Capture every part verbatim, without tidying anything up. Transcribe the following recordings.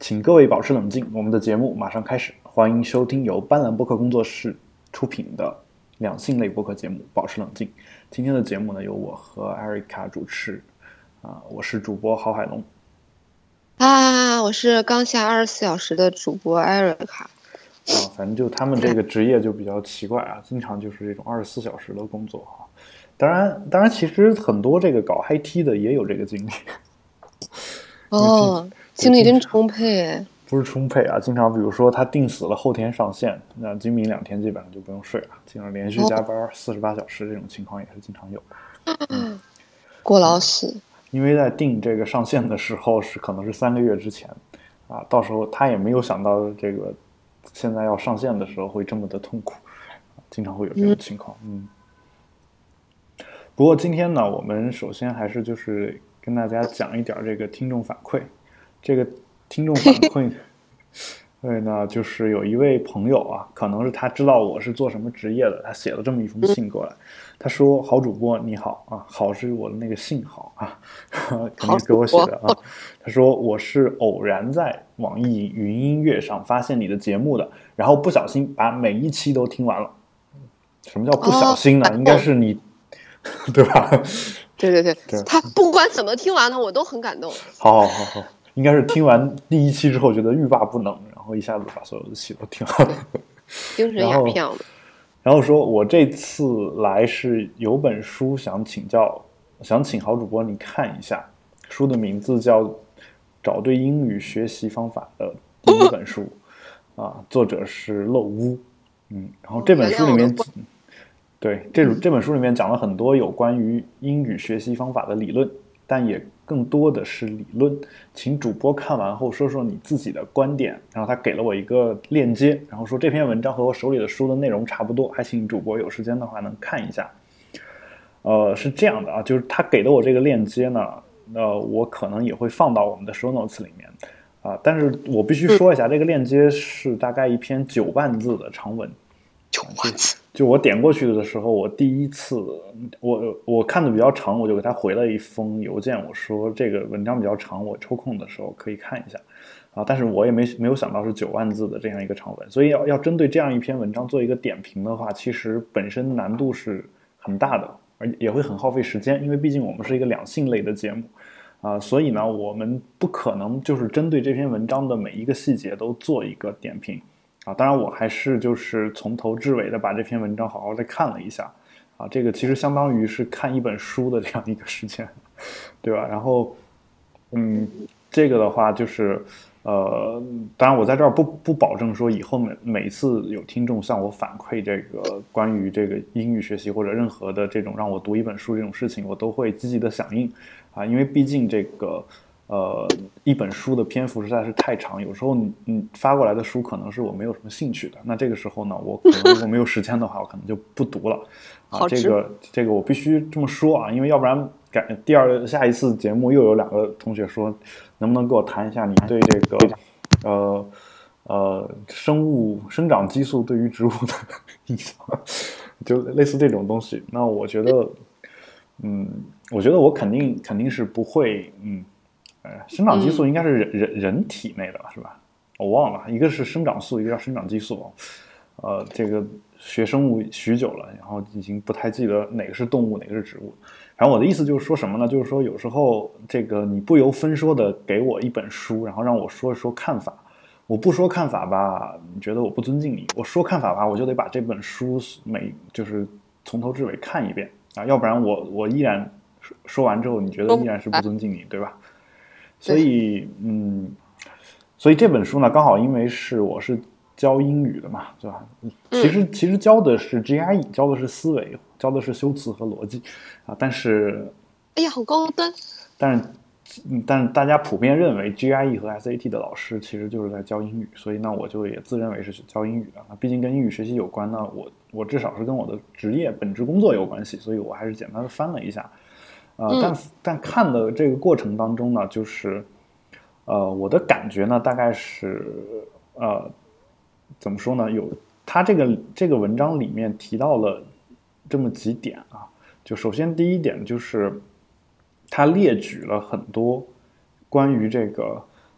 请各位保持冷静，我们的节目马上开始。欢迎收听由斑斓播客工作室出品的两性类播客节目《保持冷静》。今天的节目呢，由我和艾瑞卡主持。啊、呃，我是主播郝海龙。 啊，我是刚下二十四小时的主播艾瑞卡。 啊，反正就他们这个职业就比较奇怪啊，经常就是这种二十四小时的工作哈。当然，当然，其实很多这个搞 I T 的也有这个经历。 哦，精力真充沛。 不是充沛啊，经常比如说他定死了后天上线，那今明两天基本上就不用睡了，经常连续加班四十八小时，这种情况也是经常有。 嗯、过劳死。 因为在定这个上线的时候是可能是三个月之前啊，到时候他也没有想到这个现在要上线的时候会这么的痛苦，经常会有这种情况。嗯。不过今天呢，我们首先还是就是跟大家讲一点这个听众反馈。这个听众反馈，对呢，就是有一位朋友啊，可能是他知道我是做什么职业的，他写了这么一封信过来。他说：“郝主播你好啊，好是我的那个姓郝啊，肯定是给我写的啊。”他说：“我是偶然在网易云音乐上发现你的节目的，然后不小心把每一期都听完了。”什么叫不小心呢？哦、应该是你。对吧？ 对对 对, 对，他不管怎么听完呢，我都很感动。 好好好好，应该是听完第一期之后觉得欲罢不能，然后一下子把所有的期都听完了。 精神鸦片了。 然后说，我这次来是有本书想请教，想请郝主播你看一下。书的名字叫《找对英语学习方法的第一本书》啊，作者是漏屋。嗯，然后这本书里面。对，这这本书里面讲了很多有关于英语学习方法的理论，但也更多的是理论。请主播看完后说说你自己的观点。然后他给了我一个链接，然后说这篇文章和我手里的书的内容差不多，还请主播有时间的话能看一下。呃，是这样的啊，就是他给的我这个链接呢，呃，我可能也会放到我们的 show notes 里面啊、呃，但是我必须说一下，这个链接是大概一篇九万字的长文。 九万字。 就我点过去的时候，我第一次我我看的比较长，我就给他回了一封邮件，我说这个文章比较长，我抽空的时候可以看一下啊。但是我也没没有想到是九万字的这样一个长文，所以要要针对这样一篇文章做一个点评的话，其实本身难度是很大的，而也会很耗费时间，因为毕竟我们是一个两性类的节目啊，所以呢，我们不可能就是针对这篇文章的每一个细节都做一个点评。啊，当然我还是就是从头至尾的把这篇文章好好的看了一下，啊，这个其实相当于是看一本书的这样一个时间，对吧？然后，嗯，这个的话就是，呃，当然我在这儿不不保证说以后每每次有听众向我反馈这个关于这个英语学习或者任何的这种让我读一本书这种事情，我都会积极的响应，啊，因为毕竟这个。呃，一本书的篇幅实在是太长，有时候你你发过来的书可能是我没有什么兴趣的，那这个时候呢，我可能如果没有时间的话，我可能就不读了。啊，这个这个我必须这么说啊，因为要不然改第二下一次节目又有两个同学说，能不能给我谈一下你对这个呃呃生物生长激素对于植物的影响，就类似这种东西。那我觉得，嗯，我觉得我肯定肯定是不会，嗯。呃，生长激素应该是人、嗯、人人体内的是吧？我忘了，一个是生长素，一个叫生长激素。呃，这个学生物许久了，然后已经不太记得哪个是动物，哪个是植物。然后我的意思就是说什么呢？就是说有时候这个你不由分说的给我一本书，然后让我说一说看法。我不说看法吧，你觉得我不尊敬你；我说看法吧，我就得把这本书每就是从头至尾看一遍啊，要不然我我依然说完之后，你觉得依然是不尊敬你，对吧？所以，嗯，所以这本书呢，刚好因为是我是教英语的嘛，对吧？其实其实教的是 G R E， 教的是思维，教的是修辞和逻辑啊。但是， 哎呀，好高端。 但是，但是大家普遍认为 G R E 和 S A T 的老师其实就是在教英语，所以呢，我就也自认为是教英语的。那毕竟跟英语学习有关呢，我我至少是跟我的职业本职工作有关系，所以我还是简单的翻了一下。呃，但但看的这个过程当中呢，就是，呃，我的感觉呢，大概是，呃，怎么说呢？有他这个这个文章里面提到了这么几点啊，就首先第一点就是，他列举了很多关于这个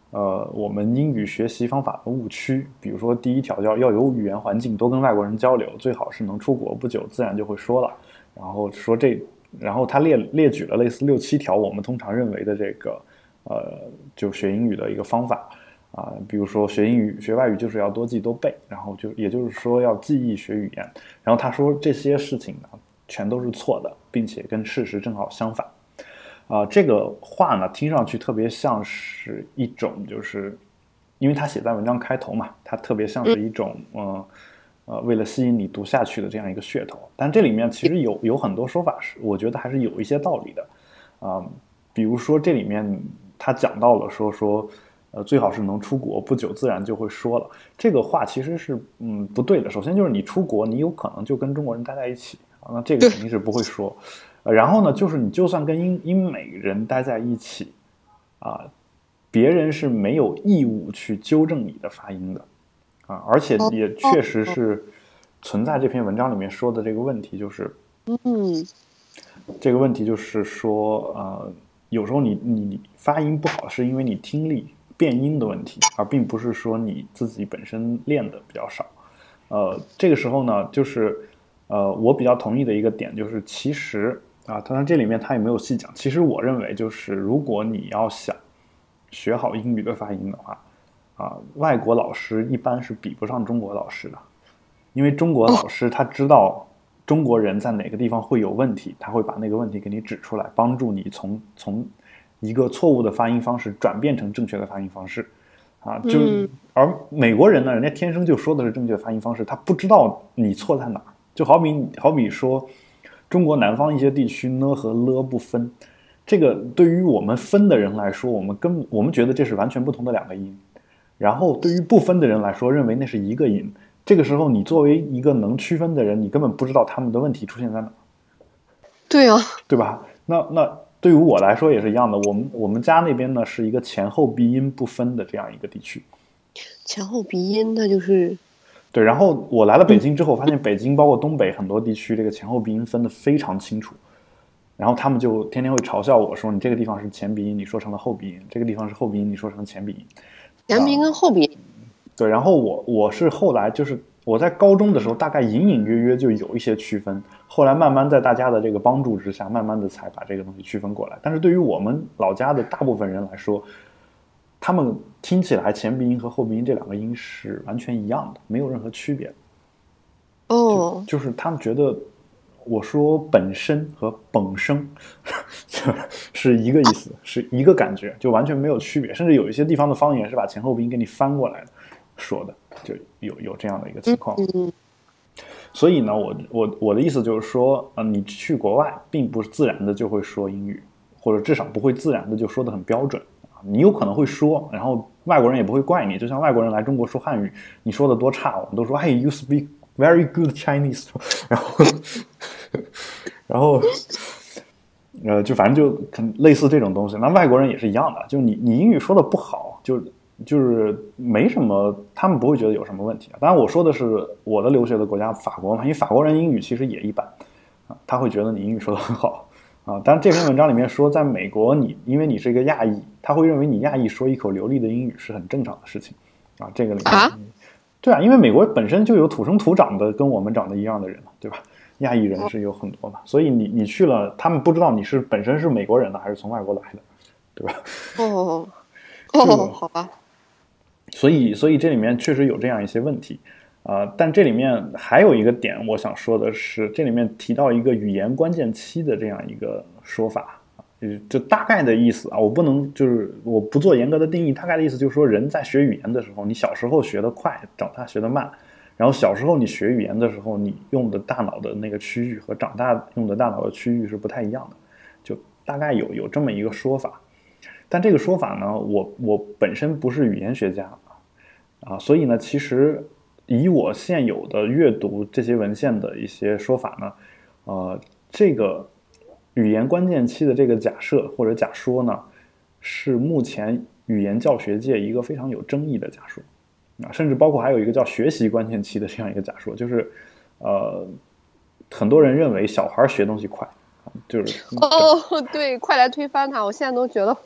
呃我们英语学习方法的误区。比如说第一条叫要有语言环境，多跟外国人交流，最好是能出国，不久自然就会说了。然后说这，然后他列列举了类似六七条我们通常认为的这个呃就学英语的一个方法啊、呃，比如说学英语学外语就是要多记多背，然后就也就是说要记忆学语言。然后他说这些事情呢全都是错的，并且跟事实正好相反。啊、呃，这个话呢，听上去特别像是一种，就是因为他写在文章开头嘛，它特别像是一种，呃，呃，为了吸引你读下去的这样一个噱头。但这里面其实有有很多说法是，我觉得还是有一些道理的，啊、呃，比如说这里面他讲到了说说，呃，最好是能出国，不久自然就会说了。这个话其实是嗯不对的。首先就是你出国，你有可能就跟中国人待在一起啊，那这个肯定是不会说。然后呢，就是你就算跟英英美人待在一起，啊，别人是没有义务去纠正你的发音的，啊，而且也确实是存在这篇文章里面说的这个问题，就是， 嗯， 这个问题就是说，呃，有时候你你你发音不好，是因为你听力变音的问题，而并不是说你自己本身练的比较少。呃，这个时候呢，就是呃，我比较同意的一个点就是，其实。啊，当然这里面他也没有细讲。其实我认为，就是如果你要想学好英语的发音的话，啊，外国老师一般是比不上中国老师的，因为中国老师他知道中国人在哪个地方会有问题，他会把那个问题给你指出来，帮助你从从一个错误的发音方式转变成正确的发音方式。啊，就、嗯、而美国人呢，人家天生就说的是正确的发音方式，他不知道你错在哪。就好比好比说。中国南方一些地区呢和了不分，这个对于我们分的人来说，我们跟我们觉得这是完全不同的两个音，然后对于不分的人来说，认为那是一个音。这个时候，你作为一个能区分的人，你根本不知道他们的问题出现在哪。 对啊， 对吧？那那对于我来说也是一样的。我们我们家那边呢是一个前后鼻音不分的这样一个地区。 前后鼻音那就是。 对，然后我来了北京之后，发现北京包括东北很多地区，这个前后鼻音分得非常清楚。然后他们就天天会嘲笑我说：“你这个地方是前鼻音，你说成了后鼻音；这个地方是后鼻音，你说成了前鼻音。” 前鼻音跟后鼻音。 啊、对，然后我我是后来就是我在高中的时候，大概隐隐约约就有一些区分，后来慢慢在大家的这个帮助之下，慢慢的才把这个东西区分过来。但是对于我们老家的大部分人来说，他们听起来前鼻音和后鼻音这两个音是完全一样的，没有任何区别。 哦， 就就是他们觉得我说本身和本声是一个意思，是一个感觉，就完全没有区别。甚至有一些地方的方言是把前后鼻音给你翻过来的说的，就有有这样的一个情况。 嗯， 所以呢，我我我的意思就是说，呃，你去国外并不自然的就会说英语，或者至少不会自然的就说得很标准。你有可能会说，然后外国人也不会怪你。就像外国人来中国说汉语，你说的多差，我们都说，哎 ，you speak very good Chinese， 然后，然后，呃，就反正就类似这种东西。那外国人也是一样的，就你你英语说的不好，就就是没什么，他们不会觉得有什么问题。当然，我说的是我的留学的国家法国嘛，因为法国人英语其实也一般啊，他会觉得你英语说的很好。啊，但这篇文章里面说，在美国你因为你是一个亚裔，他会认为你亚裔说一口流利的英语是很正常的事情，啊，这个里面， 啊， 对啊，因为美国本身就有土生土长的跟我们长得一样的人嘛，对吧？亚裔人是有很多嘛，所以你你去了，他们不知道你是本身是美国人呢，还是从外国来的，对吧？ 哦，哦，好吧。 所以，所以这里面确实有这样一些问题。啊、呃，但这里面还有一个点，我想说的是，这里面提到一个语言关键期的这样一个说法，就大概的意思啊，我不能就是我不做严格的定义，大概的意思就是说，人在学语言的时候，你小时候学得快，长大学得慢，然后小时候你学语言的时候，你用的大脑的那个区域和长大用的大脑的区域是不太一样的，就大概有有这么一个说法。但这个说法呢，我我本身不是语言学家啊，所以呢，其实。以我现有的阅读这些文献的一些说法呢，呃，这个语言关键期的这个假设或者假说呢，是目前语言教学界一个非常有争议的假说啊，甚至包括还有一个叫学习关键期的这样一个假说，就是呃，很多人认为小孩学东西快，就是哦，对，快来推翻它！我现在都觉得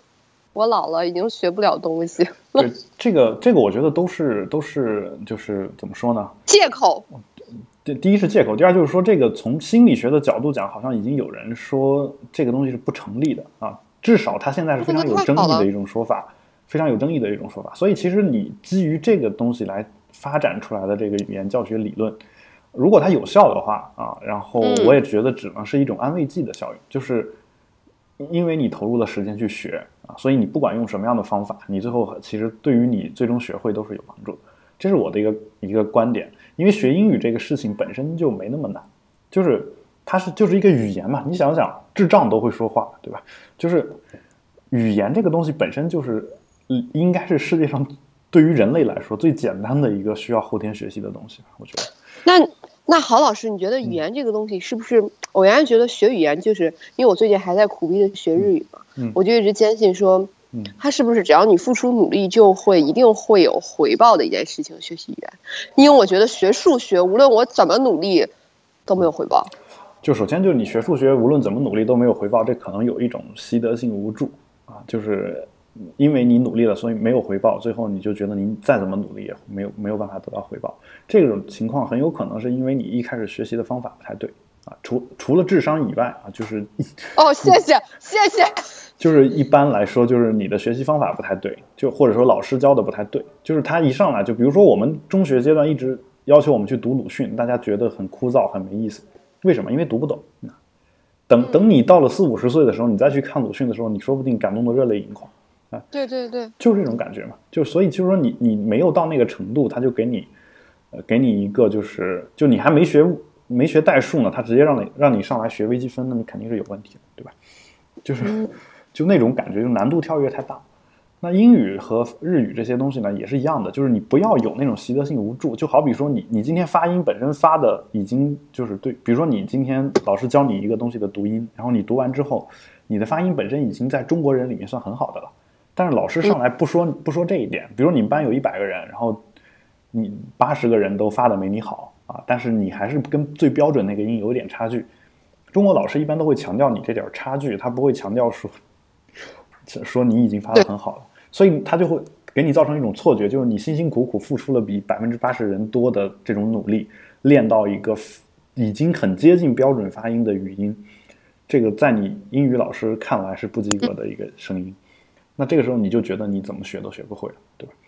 我老了已经学不了东西。 对，这个这个我觉得都是都是就是怎么说呢？ 借口。 第第一是借口，第二就是说这个从心理学的角度讲，好像已经有人说这个东西是不成立的啊，至少它现在是非常有争议的一种说法，非常有争议的一种说法。所以其实你基于这个东西来发展出来的这个语言教学理论，如果它有效的话啊，然后我也觉得只能是一种安慰剂的效应，就是因为你投入了时间去学啊，所以你不管用什么样的方法，你最后其实对于你最终学会都是有帮助的。这是我的一个一个观点，因为学英语这个事情本身就没那么难，就是它是就是一个语言嘛，你想想，智障都会说话，对吧？就是语言这个东西本身就是应该是世界上对于人类来说最简单的一个需要后天学习的东西，我觉得。 那那郝老师，你觉得语言这个东西是不是？嗯、我原来觉得学语言就是因为我最近还在苦逼的学日语嘛， 嗯、 我就一直坚信说。嗯，它是不是只要你付出努力就会一定会有回报的一件事情？学习语言，因为我觉得学数学无论我怎么努力都没有回报。 就首先就是你学数学无论怎么努力都没有回报，这可能有一种习得性无助啊，就是因为你努力了，所以没有回报，最后你就觉得你再怎么努力也没有没有办法得到回报。这种情况很有可能是因为你一开始学习的方法不太对啊，除除了智商以外啊，就是哦，谢谢谢谢。 就是一般来说，就是你的学习方法不太对，就或者说老师教的不太对。就是他一上来就，比如说我们中学阶段一直要求我们去读鲁迅，大家觉得很枯燥、很没意思。为什么？因为读不懂。等等，你到了四五十岁的时候，你再去看鲁迅的时候，你说不定感动得热泪盈眶啊！ 对对对， 就是这种感觉嘛。就所以就是说你，你你没有到那个程度，他就给你，呃，给你一个就是，就你还没学没学代数呢，他直接让你让你上来学微积分，那你肯定是有问题的，对吧？就是。嗯就那种感觉，就难度跳跃太大。那英语和日语这些东西呢，也是一样的，就是你不要有那种习得性无助。就好比说你，你今天发音本身发的已经就是对，比如说你今天老师教你一个东西的读音，然后你读完之后，你的发音本身已经在中国人里面算很好的了。但是老师上来不说不说这一点，比如你们班有一百个人，然后你八十个人都发的没你好啊，但是你还是跟最标准那个音有一点差距。中国老师一般都会强调你这点差距，他不会强调说。说你已经发得很好了，所以他就会给你造成一种错觉，就是你辛辛苦苦付出了比百分之八十人多的这种努力，练到一个已经很接近标准发音的语音，这个在你英语老师看来是不及格的一个声音，那这个时候你就觉得你怎么学都学不会了，对吧？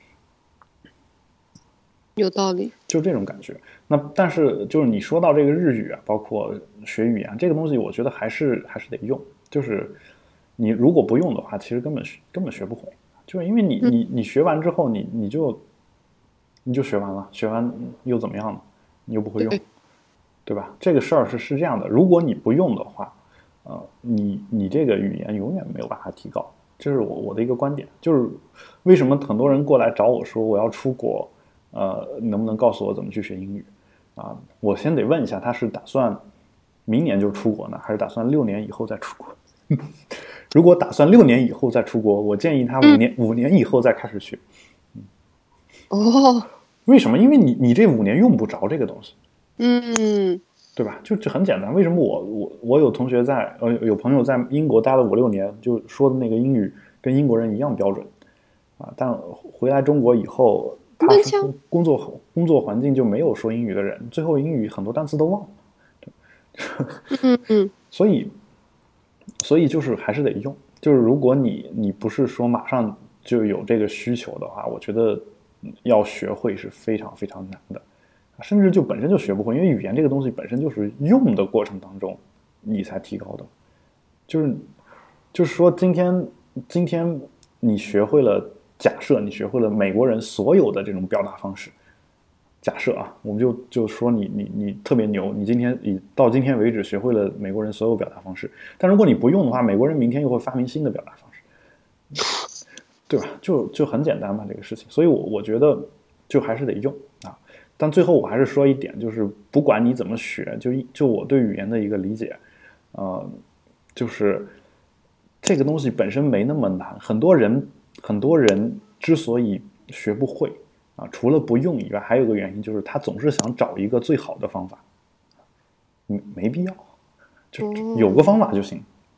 有道理， 就这种感觉。那但是就是你说到这个日语啊，包括学语言这个东西，我觉得还是还是得用，就是你如果不用的话，其实根本根本学不会，就是因为你你你学完之后，你你就你就学完了，学完又怎么样呢？你又不会用，对吧？这个事儿是是这样的，如果你不用的话，呃，你你这个语言永远没有办法提高，这是我我的一个观点。就是为什么很多人过来找我说我要出国，呃，能不能告诉我怎么去学英语啊？我先得问一下，他是打算明年就出国呢，还是打算六年以后再出国？如果打算六年以后再出国，我建议他五年、嗯、五年以后再开始学。嗯、 哦， 为什么？因为你你这五年用不着这个东西， 嗯， 对吧？就就很简单。为什么我我我有同学在呃有朋友在英国待了五六年，就说的那个英语跟英国人一样标准啊，但回来中国以后，他工作工作环境就没有说英语的人，最后英语很多单词都忘了。 嗯嗯， 所以。所以就是还是得用，就是如果你你不是说马上就有这个需求的话，我觉得要学会是非常非常难的，甚至就本身就学不会，因为语言这个东西本身就是用的过程当中你才提高的，就是就是说今天今天你学会了，假设你学会了美国人所有的这种表达方式。假设啊，我们就就说你你你特别牛，你今天以到今天为止学会了美国人所有表达方式，但如果你不用的话，美国人明天又会发明新的表达方式，对吧？就就很简单嘛，这个事情。所以我我觉得就还是得用啊。但最后我还是说一点，就是不管你怎么学，就就我对语言的一个理解，呃，就是这个东西本身没那么难。很多人很多人之所以学不会。啊，除了不用以外，还有个原因就是他总是想找一个最好的方法，没没必要，就有个方法就行，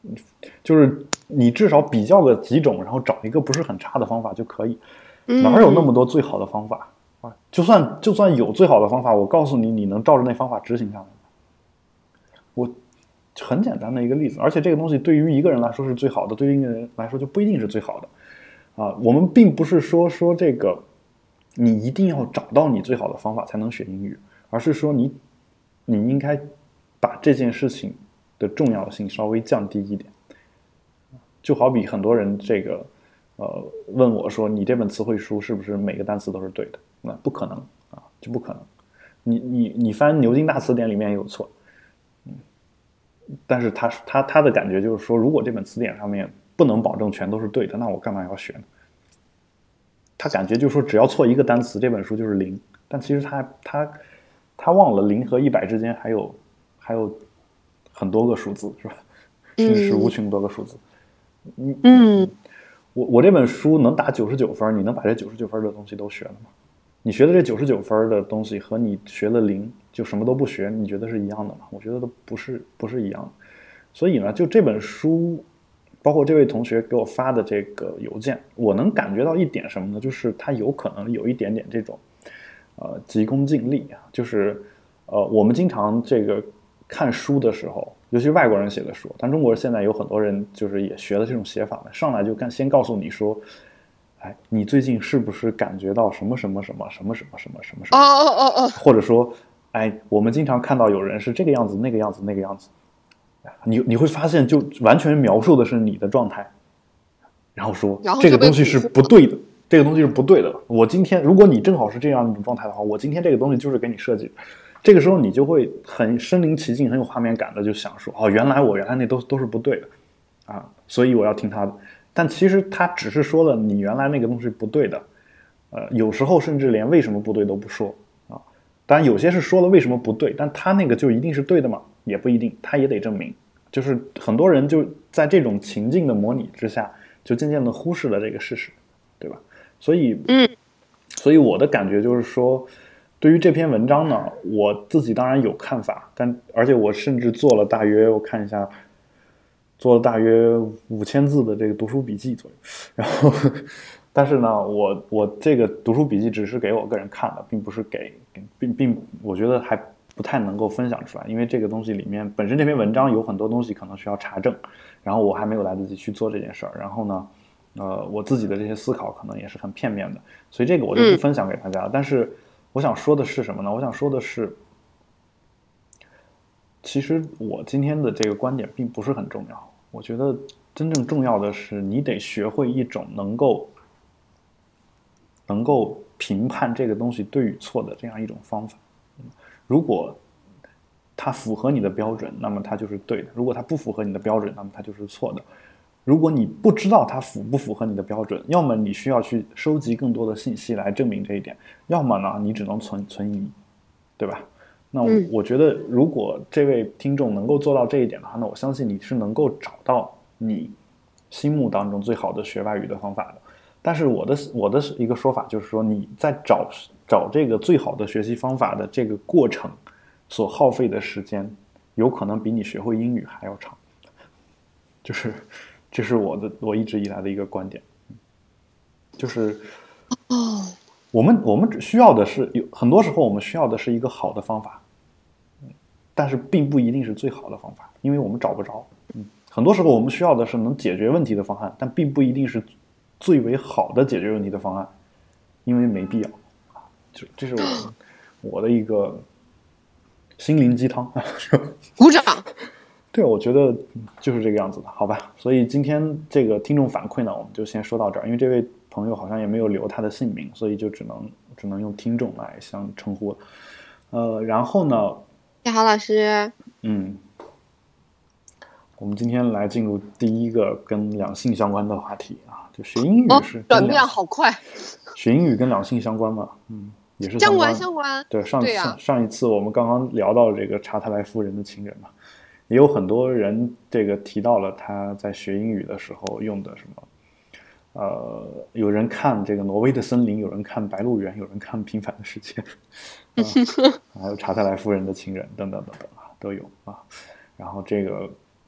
就是你至少比较个几种，然后找一个不是很差的方法就可以。哪有那么多最好的方法啊？就算就算有最好的方法，我告诉你，你能照着那方法执行下来吗？我很简单的一个例子，而且这个东西对于一个人来说是最好的，对于一个人来说就不一定是最好的啊。我们并不是说说这个你一定要找到你最好的方法才能学英语，而是说你你应该把这件事情的重要性稍微降低一点。就好比很多人这个呃问我说，你这本词汇书是不是每个单词都是对的？那不可能啊，就不可能。你你你翻牛津大词典里面也有错，嗯，但是他他他的感觉就是说，如果这本词典上面不能保证全都是对的，那我干嘛要学呢？他感觉就是说，只要错一个单词，这本书就是零。但其实他他他忘了零和一百之间还有还有很多个数字，是吧？甚至是无穷多个数字。 嗯，嗯我我这本书能打九十九分，你能把这九十九分的东西都学了吗？你学的这九十九分的东西和你学了零就什么都不学，你觉得是一样的吗？我觉得都不是不是一样的。所以呢，就这本书，包括这位同学给我发的这个邮件，我能感觉到一点什么呢？就是他有可能有一点点这种呃急功近利啊，就是呃我们经常这个看书的时候，尤其是外国人写的书，但中国现在有很多人就是也学了这种写法的，上来就干先告诉你说，哎，你最近是不是感觉到什么什么什么什么什么什么什么什么？ 哦哦哦哦， 或者说，哎，我们经常看到有人是这个样子、那个样子、那个样子，你你会发现，就完全描述的是你的状态，然后说然后这个东西是不对的，这个东西是不对的。我今天，如果你正好是这样一种状态的话，我今天这个东西就是给你设计的。这个时候你就会很身临其境、很有画面感的就想说，哦，原来我原来那都都是不对的啊，所以我要听他的。但其实他只是说了你原来那个东西不对的，呃，有时候甚至连为什么不对都不说啊。当然有些是说了为什么不对，但他那个就一定是对的吗？也不一定，他也得证明。就是很多人就在这种情境的模拟之下，就渐渐的忽视了这个事实，对吧？所以， 嗯， 所以我的感觉就是说，对于这篇文章呢，我自己当然有看法，但而且我甚至做了大约，我看一下，做了大约五千字的这个读书笔记左右。然后，但是呢，我我这个读书笔记只是给我个人看的，并不是给，并并我觉得还不太能够分享出来，因为这个东西里面本身这篇文章有很多东西可能需要查证，然后我还没有来得及去做这件事儿。然后呢，呃，我自己的这些思考可能也是很片面的，所以这个我就不分享给大家。嗯、但是我想说的是什么呢？我想说的是，其实我今天的这个观点并不是很重要。我觉得真正重要的是，你得学会一种能够能够评判这个东西对与错的这样一种方法。如果它符合你的标准，那么它就是对的；如果它不符合你的标准，那么它就是错的。如果你不知道它符不符合你的标准，要么你需要去收集更多的信息来证明这一点，要么呢，你只能存存疑，对吧？那我觉得，如果这位听众能够做到这一点的话，那我相信你是能够找到你心目当中最好的学外语的方法的。但是我的我的一个说法就是说，你在找找这个最好的学习方法的这个过程所耗费的时间，有可能比你学会英语还要长。就是这是我的我一直以来的一个观点，就是哦， 我们我们只需要的是，有很多时候我们需要的是一个好的方法，但是并不一定是最好的方法，因为我们找不着。嗯，很多时候我们需要的是能解决问题的方案，但并不一定是最为好的解决问题的方案，因为没必要。这这是我我的一个心灵鸡汤。 鼓掌。 对，我觉得就是这个样子的，好吧？所以今天这个听众反馈呢，我们就先说到这儿，因为这位朋友好像也没有留他的姓名，所以就只能只能用听众来相称呼了。呃，然后呢？ 你好，老师。 嗯，我们今天来进入第一个跟两性相关的话题啊，就学英语是跟两、 哦、转变好快。 学英语跟两性相关嘛？嗯，也是相关相关。 对，上对、啊、 上上一次我们刚刚聊到这个查特莱夫人的情人嘛。也有很多人这个提到了他在学英语的时候用的什么，呃，有人看这个挪威的森林，有人看白鹿原，有人看平凡的世界，呃、还有查特莱夫人的情人等等等等啊，都有啊。然后这个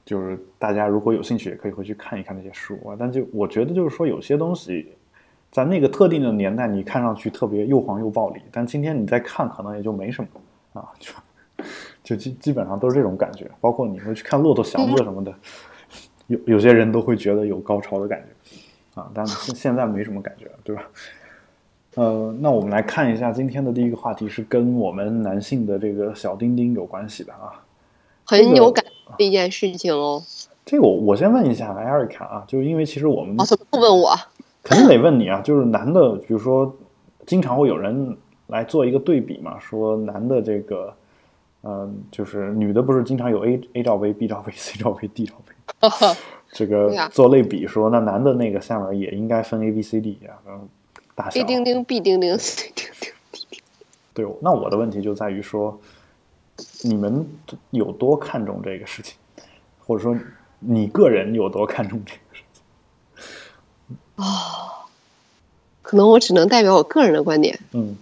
就是大家如果有兴趣也可以回去看一看那些书啊。但就我觉得就是说有些东西在那个特定的年代你看上去特别又黄又暴力，但今天你再看可能也就没什么啊，就就基基本上都是这种感觉。包括你会去看骆驼祥子什么的，有有些人都会觉得有高潮的感觉啊，但现现在没什么感觉，对吧？呃，那我们来看一下今天的第一个话题是跟我们男性的这个小丁丁有关系的啊， 很有感的一件事情哦。 这个我我先问一下艾瑞卡啊，就是因为其实我们哦，怎么不问我？ 肯定得问你啊，就是男的，比如说经常会有人来做一个对比嘛，说男的这个，嗯、呃，就是女的不是经常有 A A 罩杯、B 罩杯、C 罩杯、D 罩杯，这个做类比说，那男的那个下面也应该分 A B C D 啊，然后大小 A 丁丁 B 丁丁 C 丁丁 D 丁。 对，那我的问题就在于说，你们有多看重这个事情，或者说你个人有多看重这个事情？ 哦，可能我只能代表我个人的观点。 嗯，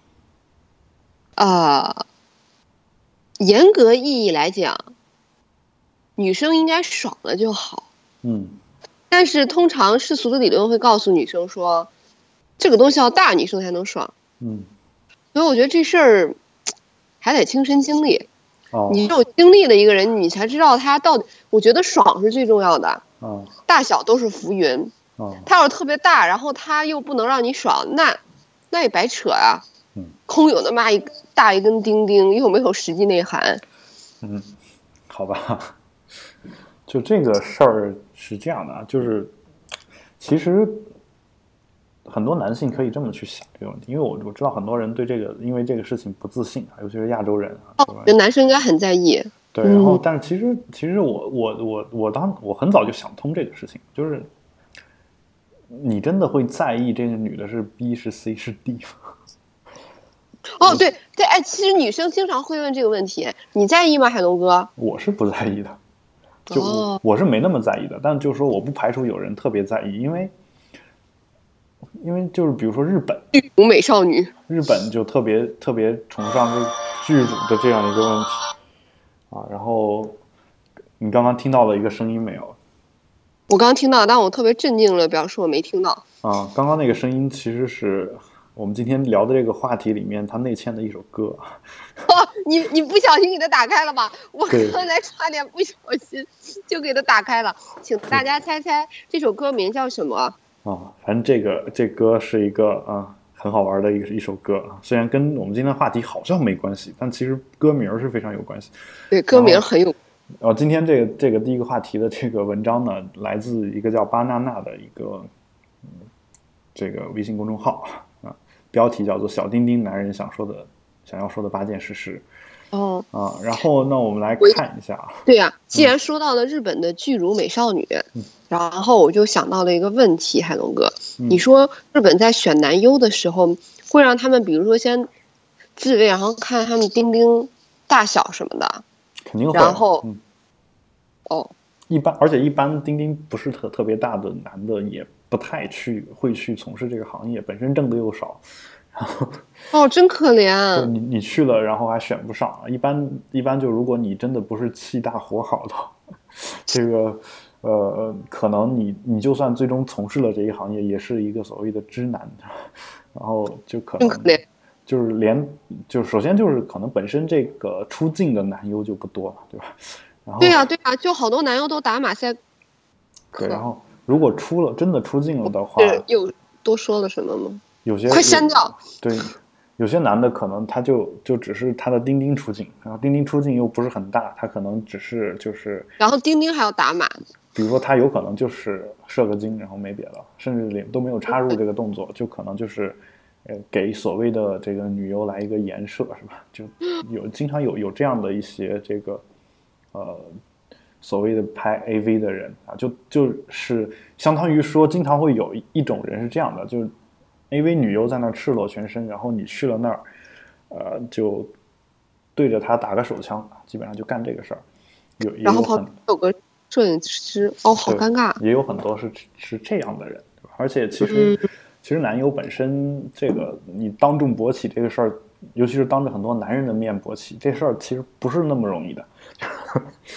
啊、呃，严格意义来讲，女生应该爽了就好。 嗯， 但是通常世俗的理论会告诉女生说，这个东西要大，女生才能爽。 嗯， 所以我觉得这事儿还得亲身经历。 哦， 你有经历的一个人，你才知道他到底。我觉得爽是最重要的。 哦， 大小都是浮云。 哦， 它要是特别大，然后它又不能让你爽，那那也白扯啊。 嗯， 空有那么一大一根钉钉，又没有实际内涵。 嗯，好吧，就这个事儿是这样的啊，就是其实很多男性可以这么去想这个问题，因为我我知道很多人对这个因为这个事情不自信啊，尤其是亚洲人啊。 哦，这男生应该很在意。 对，然后但是其实其实我我我我当我很早就想通这个事情，就是你真的会在意这个女的是 B 是 C 是 D 吗？ 哦，对对，哎，其实女生经常会问这个问题，你在意吗，海龙哥？ 我是不在意的，就我、 哦、 我是没那么在意的，但就是说我不排除有人特别在意，因为因为就是比如说日本剧乳美少女， 日本就特别特别崇尚这个剧乳的这样一个问题啊。然后你刚刚听到了一个声音没有？ 我刚听到，但我特别震惊了，表示我没听到。 啊，刚刚那个声音其实是我们今天聊的这个话题里面它内嵌的一首歌。 哦，你你不小心给它打开了吧？我刚才差点不小心就给它打开了，请大家猜猜这首歌名叫什么？ 啊，反正这个这歌是一个啊很好玩的一个一首歌啊，虽然跟我们今天的话题好像没关系，但其实歌名是非常有关系。 对，歌名很有。 然后今天这个这个第一个话题的这个文章呢，来自一个叫巴娜娜的一个嗯这个微信公众号啊，标题叫做“小丁丁男人想说的想要说的八件事实”。 哦啊，然后那我们来看一下。 对呀、啊，既然说到了日本的巨乳美少女，嗯、然后我就想到了一个问题，海龙哥， 嗯、 你说日本在选男优的时候，会让他们比如说先自慰，然后看他们丁丁大小什么的。 肯定会， 然后， 嗯， 哦， 一般，而且一般丁丁不是特特别大的男的，也不太去会去从事这个行业，本身挣的又少，然后， 哦，真可怜。 对你你去了，然后还选不上，一般一般就如果你真的不是气大活好的，这个呃，可能你你就算最终从事了这一行业，也是一个所谓的知男，然后就可能。 真可怜。 就是连，就首先就是可能本身这个出镜的男优就不多了，对吧？然后对呀、啊、对呀、啊，就好多男优都打马赛克。 对，然后如果出了真的出镜了的话， 又多说了什么吗？ 有些快删掉。 对，有些男的可能他就就只是他的丁丁出镜，然后丁丁出镜又不是很大，他可能只是就是， 然后丁丁还要打码。 比如说他有可能就是射个精，然后没别的，甚至连都没有插入这个动作，就可能就是。呃，给所谓的这个女优来一个颜射是吧？就有经常有有这样的一些这个呃所谓的拍 A V 的人啊，就就是相当于说，经常会有一种人是这样的，就是 A V 女优在那赤裸全身，然后你去了那儿，呃，就对着他打个手枪，基本上就干这个事儿。有也有很然后旁边有个摄影师，哦，好尴尬。 也有很多是是这样的人，对吧？而且其实。嗯其实男优本身这个你当众勃起这个事儿，尤其是当着很多男人的面勃起这事儿，其实不是那么容易的。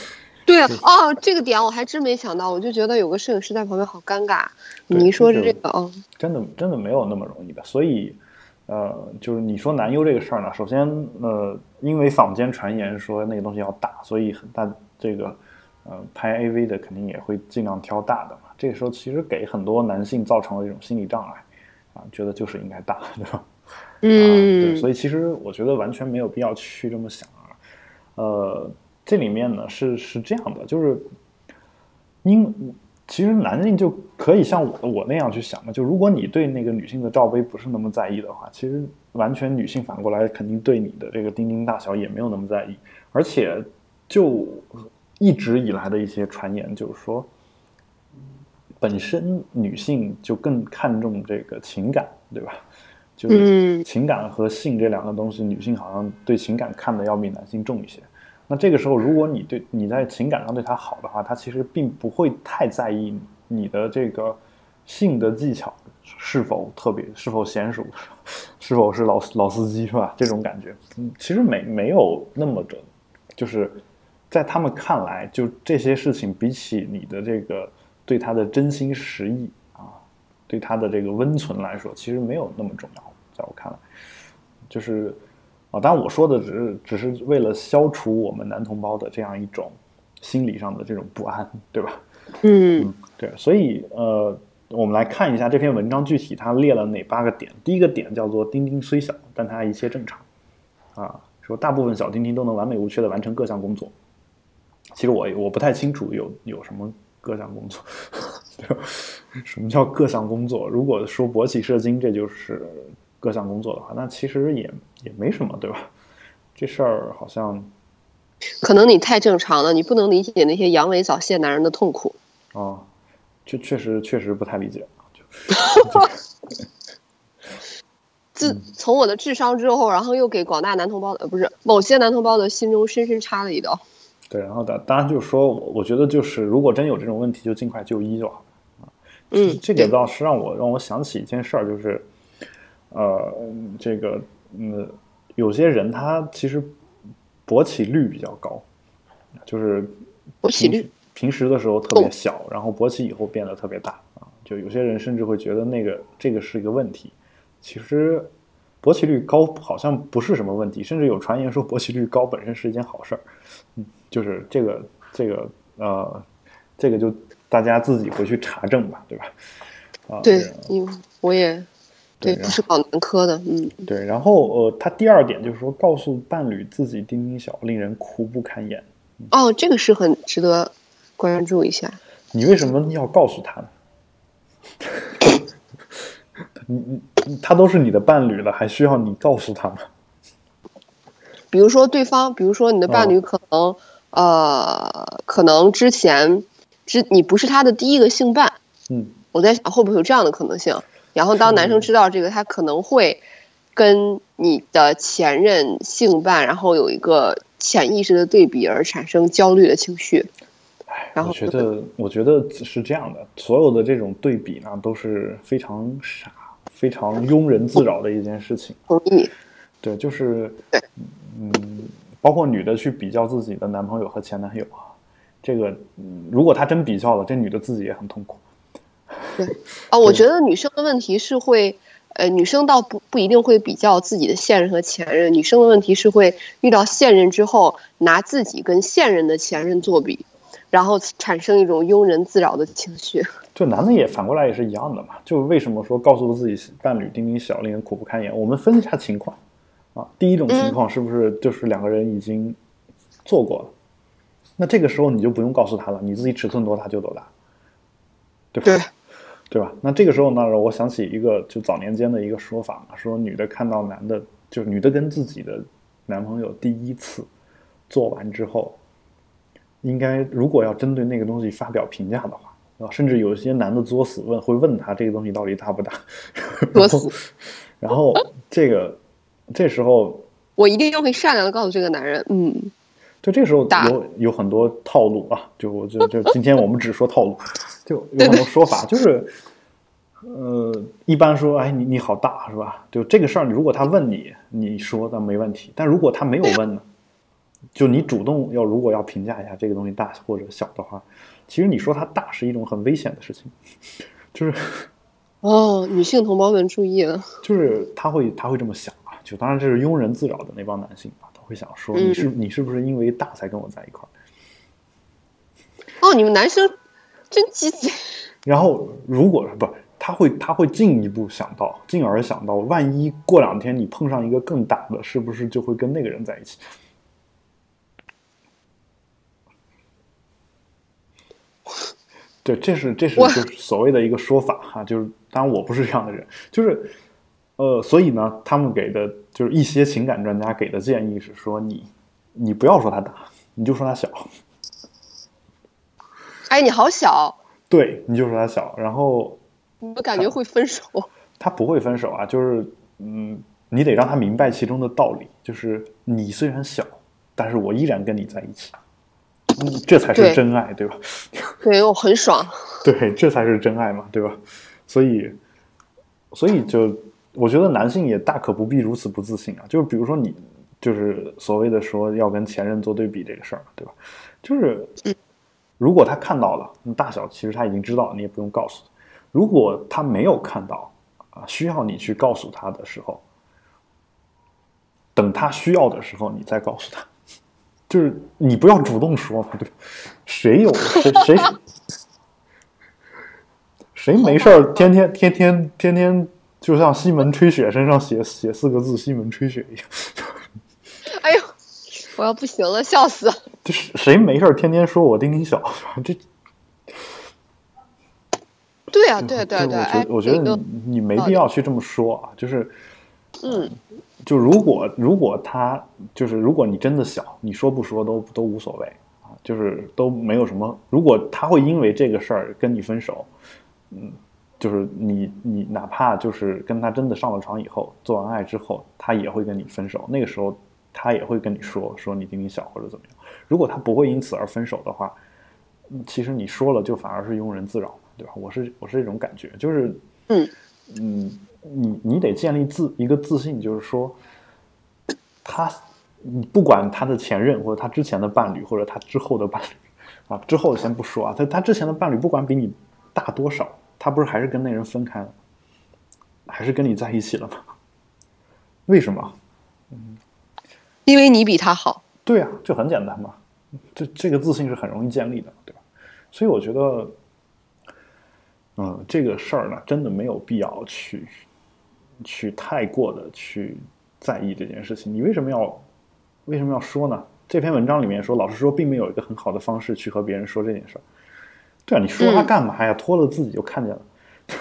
对啊，哦，这个点我还真没想到，我就觉得有个摄影师在旁边好尴尬。你一说是这个，哦， 真的真的没有那么容易的。所以，呃，就是你说男优这个事儿呢，首先，呃，因为坊间传言说那个东西要大，所以很大这个，呃，拍 A V 的肯定也会尽量挑大的嘛。这个时候其实给很多男性造成了一种心理障碍，啊，觉得就是应该大，对吧？ 嗯， 啊，对，所以其实我觉得完全没有必要去这么想啊。呃，这里面呢是是这样的，就是因其实男性就可以像我我那样去想的，就如果你对那个女性的罩杯不是那么在意的话，其实完全女性反过来肯定对你的这个丁丁大小也没有那么在意，而且就一直以来的一些传言就是说，本身女性就更看重这个情感，对吧？就是情感和性这两个东西，女性好像对情感看的要比男性重一些。那这个时候，如果你对你在情感上对他好的话，他其实并不会太在意你的这个性的技巧是否特别，是否娴熟，是否是老老司机，是吧？这种感觉，嗯，其实没没有那么的，就是在他们看来，就这些事情比起你的这个对他的真心实意啊，对他的这个温存来说，其实没有那么重要。在我看来，就是啊，当然我说的只是只是为了消除我们男同胞的这样一种心理上的这种不安，对吧？ 嗯， 嗯，对，所以呃，我们来看一下这篇文章具体它列了哪八个点。第一个点叫做丁丁虽小，但它一切正常啊，说大部分小丁丁都能完美无缺的完成各项工作。其实我我不太清楚有有什么各项工作，什么叫各项工作？如果说勃起射精这就是各项工作的话，那其实也也没什么，对吧？这事儿好像可能你太正常了，你不能理解那些阳痿早泄男人的痛苦。 哦，这确实确实不太理解。 自从我的智商之后，然后又给广大男同胞的，不是某些男同胞的心中深深插了一刀。 对，然后当当然就是说，我觉得就是如果真有这种问题，就尽快就医就好啊。 嗯， 这个倒是让我让我想起一件事儿，就是，呃，这个嗯，有些人他其实勃起率比较高，就是勃起率平时的时候特别小，然后勃起以后变得特别大啊。就有些人甚至会觉得那个这个是一个问题，其实勃起率高好像不是什么问题，甚至有传言说勃起率高本身是一件好事儿。嗯，就是这个这个呃，这个就大家自己回去查证吧，对吧？啊， 对，因为我也对，不是搞男科的，嗯， 对。然后呃，他第二点就是说，告诉伴侣自己丁丁小，令人苦不堪言。 嗯、哦，这个是很值得关注一下。 你为什么要告诉他呢？你你他都是你的伴侣了，还需要你告诉他吗？ 比如说对方，比如说你的伴侣可能、哦、呃，可能之前之你不是他的第一个性伴， 嗯， 我在想会不会有这样的可能性。然后当男生知道这个，他可能会跟你的前任性伴，然后有一个潜意识的对比，而产生焦虑的情绪。然后我觉得，我觉得是这样的，所有的这种对比呢，都是非常傻、非常庸人自扰的一件事情。 同意。 对，就是对， 嗯，包括女的去比较自己的男朋友和前男友啊，这个、嗯、如果她真比较了，这女的自己也很痛苦。 对啊，我觉得女生的问题是会，呃，女生倒不不一定会比较自己的现任和前任，女生的问题是会遇到现任之后，拿自己跟现任的前任作比，然后产生一种庸人自扰的情绪。 就男的也反过来也是一样的嘛，就为什么说告诉自己伴侣丁丁小，令人苦不堪言？我们分一下情况啊，第一种情况是不是就是两个人已经做过了？嗯、那这个时候你就不用告诉他了，你自己尺寸多大就多大，对吧？ 对。 对吧？那这个时候呢，我想起一个就早年间的一个说法嘛，说女的看到男的，就女的跟自己的男朋友第一次做完之后，应该如果要针对那个东西发表评价的话，甚至有些男的作死问，会问他这个东西到底大不大？ 作死。 然后这个这时候， 我一定会善良的告诉这个男人，嗯， 就这个时候有有很多套路啊，就就就今天我们只说套路。就有很多说法，就是，呃，一般说，哎，你你好大是吧？就这个事儿，如果他问你，你说那没问题；但如果他没有问呢， 就你主动要如果要评价一下这个东西大或者小的话，其实你说它大是一种很危险的事情，就是哦，女性同胞们注意了， 就是他会他会这么想啊，就当然这是庸人自扰的那帮男性吧，他会想说你是、嗯、你是不是因为大才跟我在一块儿？ 哦，你们男生真积极。 然后如果不，他会他会进一步想到，进而想到，万一过两天你碰上一个更大的，是不是就会跟那个人在一起？对，这是这是就是所谓的一个说法哈，就是当然我不是这样的人，就是呃，所以呢，他们给的就是一些情感专家给的建议是说你，你不要说他大，你就说他小。 哎，你好小。 对，你就说他小，然后我感觉会分手。 他不会分手啊，就是嗯，你得让他明白其中的道理，就是你虽然小，但是我依然跟你在一起。嗯，这才是真爱， 对, 对吧？ 对，我很爽。 对，这才是真爱嘛，对吧？所以，所以就我觉得男性也大可不必如此不自信啊。就是比如说你，就是所谓的说要跟前任做对比这个事儿，对吧？就是如果他看到了大小，其实他已经知道了，你也不用告诉他。如果他没有看到啊，需要你去告诉他的时候，等他需要的时候，你再告诉他。就是你不要主动说嘛，对吧？谁有谁谁谁没事儿天天天天天天就像西门吹雪身上写写四个字西门吹雪一样。 哎呦，我要不行了，笑死！ 就是谁没事儿天天说我丁丁小，这对啊，对对对， 哎，我觉得我觉得你你没必要去这么说啊，就是嗯。 就如果如果他就是如果你真的小，你说不说都都无所谓啊，就是都没有什么。如果他会因为这个事儿跟你分手，嗯，就是你你哪怕就是跟他真的上了床以后，做完爱之后，他也会跟你分手。那个时候他也会跟你说说你丁丁小或者怎么样。如果他不会因此而分手的话，其实你说了就反而是庸人自扰，对吧？我是我是这种感觉，就是嗯嗯。你你得建立自一个自信，就是说，他，你不管他的前任或者他之前的伴侣或者他之后的伴侣，啊，之后先不说啊，他他之前的伴侣不管比你大多少，他不是还是跟那人分开了，还是跟你在一起了吗？为什么？嗯， 因为你比他好。 对啊，就很简单嘛，这这个自信是很容易建立的，对吧？所以我觉得，嗯，这个事儿呢，真的没有必要去。去太过的去在意这件事情，你为什么要为什么要说呢？这篇文章里面说，老师说并没有一个很好的方式去和别人说这件事儿。对啊，你说他干嘛呀？脱了自己就看见了。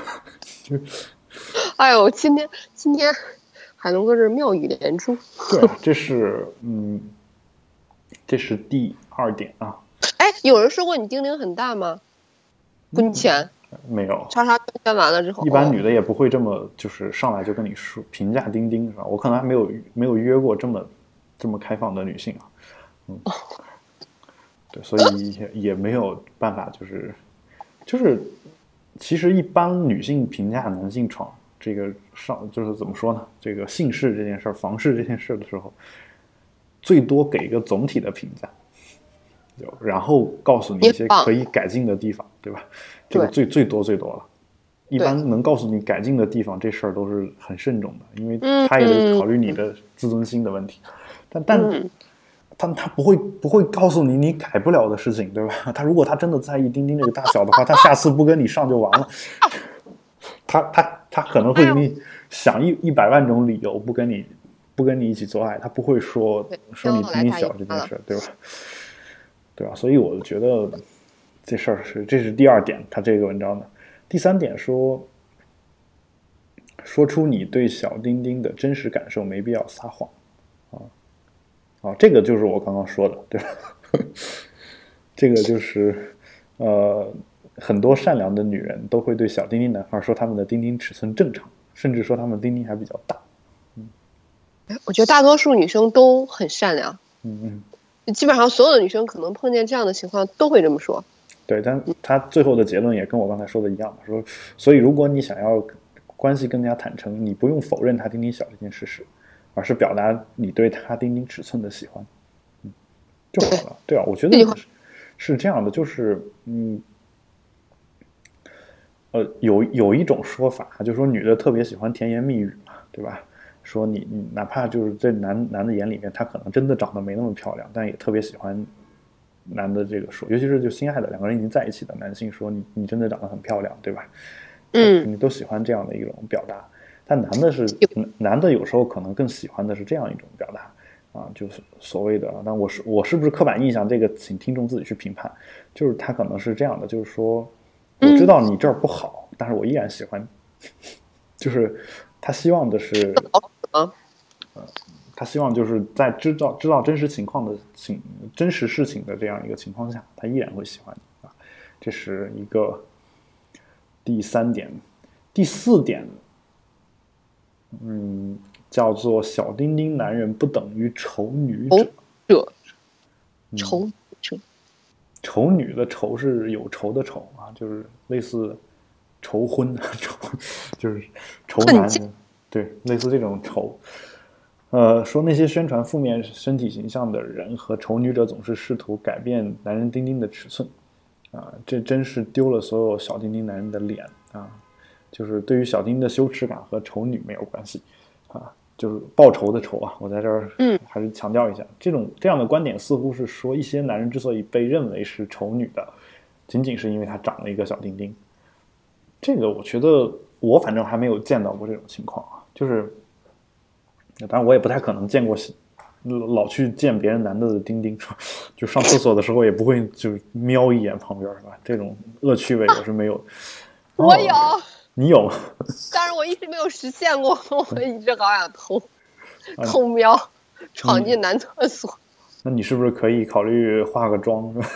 哎呦，今天今天海龙哥这妙语连珠。 对啊，这是嗯，这是第二点啊。 哎，有人说过你丁丁很大吗？婚前。嗯没有， 叉叉圈完了之后， 一般女的也不会这么就是上来就跟你说评价丁丁是吧？我可能还没有没有约过这么这么开放的女性啊，嗯，对，所以也也没有办法，就是就是其实一般女性评价男性床这个上就是怎么说呢？这个性事这件事儿、房事这件事的时候，最多给一个总体的评价。然后告诉你一些可以改进的地方，对吧？这个最最多最多了，一般能告诉你改进的地方，这事儿都是很慎重的，因为他也得考虑你的自尊心的问题。但但他他不会不会告诉你你改不了的事情，对吧？他如果他真的在意丁丁这个大小的话，他下次不跟你上就完了。他他他可能会给你想一一百万种理由不跟你不跟你一起做爱，他不会说说你丁丁小这件事，对吧？对吧？所以我觉得这事儿是这是第二点，他这个文章的第三点说，说出你对小丁丁的真实感受，没必要撒谎啊啊！这个就是我刚刚说的，对吧？这个就是呃，很多善良的女人都会对小丁丁男孩说他们的丁丁尺寸正常，甚至说他们丁丁还比较大。 嗯，我觉得大多数女生都很善良。 嗯嗯。 基本上所有的女生可能碰见这样的情况都会这么说。 对，但他最后的结论也跟我刚才说的一样，说，所以如果你想要关系更加坦诚，你不用否认他丁丁小这件事实，而是表达你对他丁丁尺寸的喜欢。嗯， 就好了。对啊，我觉得是是这样的，就是嗯，呃，有有一种说法，就是说女的特别喜欢甜言蜜语嘛，对吧？说你你哪怕就是在男男的眼里面，他可能真的长得没那么漂亮，但也特别喜欢男的这个说，尤其是就心爱的两个人已经在一起的男性说你你真的长得很漂亮，对吧？ 嗯， 你都喜欢这样的一种表达，但男的是男的有时候可能更喜欢的是这样一种表达啊，就是所谓的，但我是我是不是刻板印象，这个请听众自己去评判。就是他可能是这样的，就是说我知道你这儿不好，嗯、但是我依然喜欢你，就是他希望的是啊，呃，他希望就是在知道知道真实情况的情真实事情的这样一个情况下，他依然会喜欢你啊，这是一个。第三点，第四点，嗯，叫做小丁丁男人不等于丑女者。 者，丑女者， 丑女的丑是有仇的仇啊，就是类似仇婚的仇，就是仇男，对，类似这种仇。呃，说那些宣传负面身体形象的人和丑女者总是试图改变男人丁丁的尺寸。啊，这真是丢了所有小丁丁男人的脸啊！就是对于小丁的羞耻感和丑女没有关系啊，就是报仇的仇啊！我在这儿还是强调一下，嗯、这种这样的观点似乎是说，一些男人之所以被认为是丑女的，仅仅是因为他长了一个小丁丁。这个我觉得我反正还没有见到过这种情况啊，就是当然我也不太可能见过。老去见别人男的的丁丁，就上厕所的时候也不会就瞄一眼旁边，是吧？这种恶趣味我是没有。啊、 我有， 你有？ 但是我一直没有实现过，我一直好想偷偷瞄，闯进男厕所。 那你是不是可以考虑化个妆，是吧？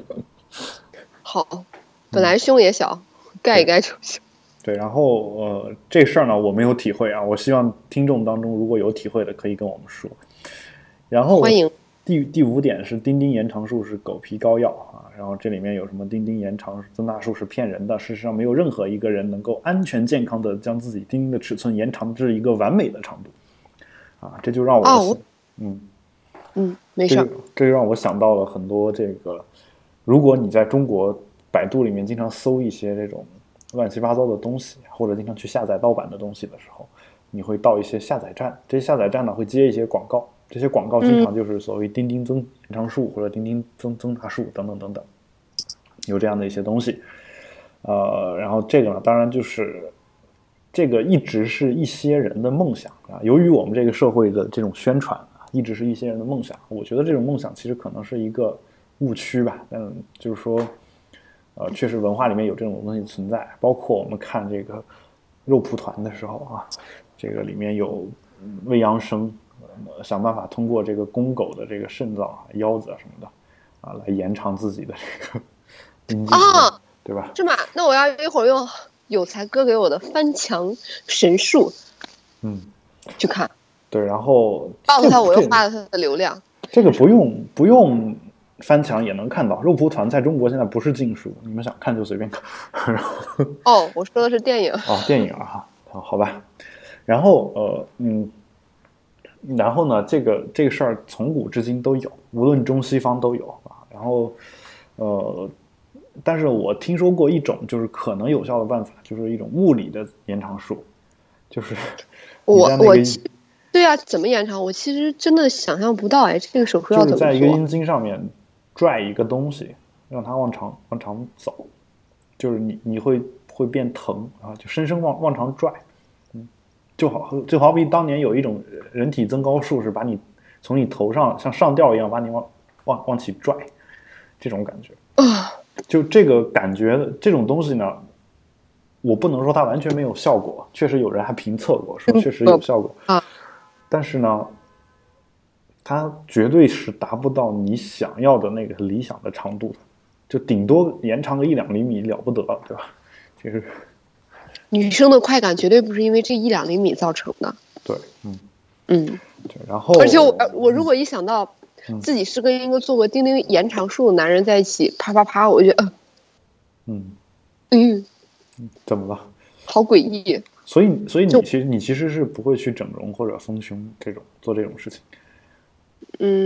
好，本来胸也小，嗯、盖一盖就行。 对，然后呃，这事儿呢我没有体会啊，我希望听众当中如果有体会的可以跟我们说。然后欢迎第第五点是丁丁延长术是狗皮膏药啊，然后这里面有什么丁丁延长增大术是骗人的，事实上没有任何一个人能够安全健康的将自己丁丁的尺寸延长至一个完美的长度啊，这就让我、 哦、 嗯嗯没事， 这这就让我想到了很多这个，如果你在中国百度里面经常搜一些这种乱七八糟的东西，或者经常去下载盗版的东西的时候，你会到一些下载站，这些下载站呢会接一些广告。这些广告经常就是所谓钉钉增延长术或者钉钉增增大术等等等等，有这样的一些东西。呃，然后这个呢，当然就是这个一直是一些人的梦想啊。由于我们这个社会的这种宣传啊，一直是一些人的梦想。我觉得这种梦想其实可能是一个误区吧。但就是说，呃，确实文化里面有这种东西存在。包括我们看这个肉蒲团的时候啊，这个里面有未央生。想办法通过这个公狗的这个肾脏、腰子啊什么的，啊，来延长自己的这个阴茎，啊，对吧？ 是吗？那我要一会儿用有才哥给我的翻墙神术， 嗯， 去看。 对，然后告诉他我又花了他的流量。 这个不用不用翻墙也能看到，肉蒲团在中国现在不是禁书，你们想看就随便看。然后哦，我说的是电影。 哦，电影啊，好，好吧。然后呃，嗯。然后呢，这个这个事儿从古至今都有，无论中西方都有啊。然后，呃，但是我听说过一种就是可能有效的办法，就是一种物理的延长术，就是我我对啊，怎么延长？我其实真的想象不到哎，这个手术要怎么做？ 就是在一个阴茎上面拽一个东西，让它往长往长走，就是你你会会变疼啊，就深深往往长拽。就好，就好比当年有一种人体增高术，是把你从你头上像上吊一样把你往往往起拽，这种感觉。就这个感觉，这种东西呢，我不能说它完全没有效果，确实有人还评测过，说确实有效果啊。但是呢，它绝对是达不到你想要的那个理想的长度的，就顶多延长个一两厘米了不得了，对吧？就是。 女生的快感绝对不是因为这一两厘米造成的。 对，嗯嗯， 对，然后而且我我如果一想到自己是跟一个做过钉钉延长术的男人在一起，啪啪啪，我觉得， 嗯嗯， 怎么了？ 好诡异。 所以，所以你其实你其实是不会去整容或者丰胸这种做这种事情。 嗯，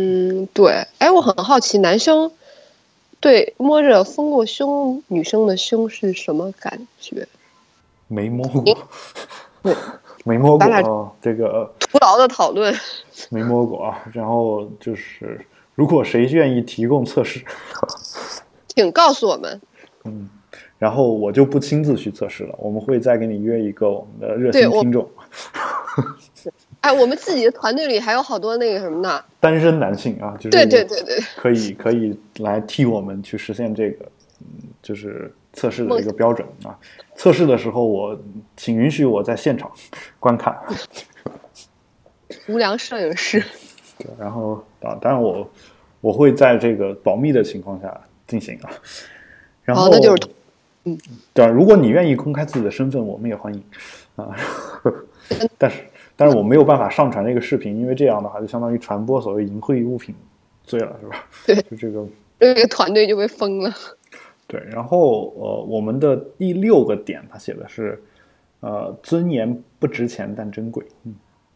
嗯，对。哎，我很好奇，男生对摸着丰过胸女生的胸是什么感觉？ 没摸过， 对， 没摸过咱俩啊，这个徒劳的讨论。 没摸过啊。然后就是，如果谁愿意提供测试， 请告诉我们。 嗯，然后我就不亲自去测试了，我们会再给你约一个我们的热心听众。 哎，我们自己的团队里还有好多那个什么呢？ 单身男性啊，就是对对对对， 可以可以来替我们去实现这个，嗯，就是测试的一个标准啊。测试的时候我，请允许我在现场观看。 无良摄影师。 对，然后啊，当然我我会在这个保密的情况下进行啊。然后， 哦，那就是，嗯， 对，如果你愿意公开自己的身份，我们也欢迎啊。但是。但是我没有办法上传这个视频，因为这样的话就相当于传播所谓淫秽物品罪了，是吧？ 对， 就这个这个团队就被封了。 对，然后呃，我们的第六个点，他写的是，呃，尊严不值钱但珍贵。嗯，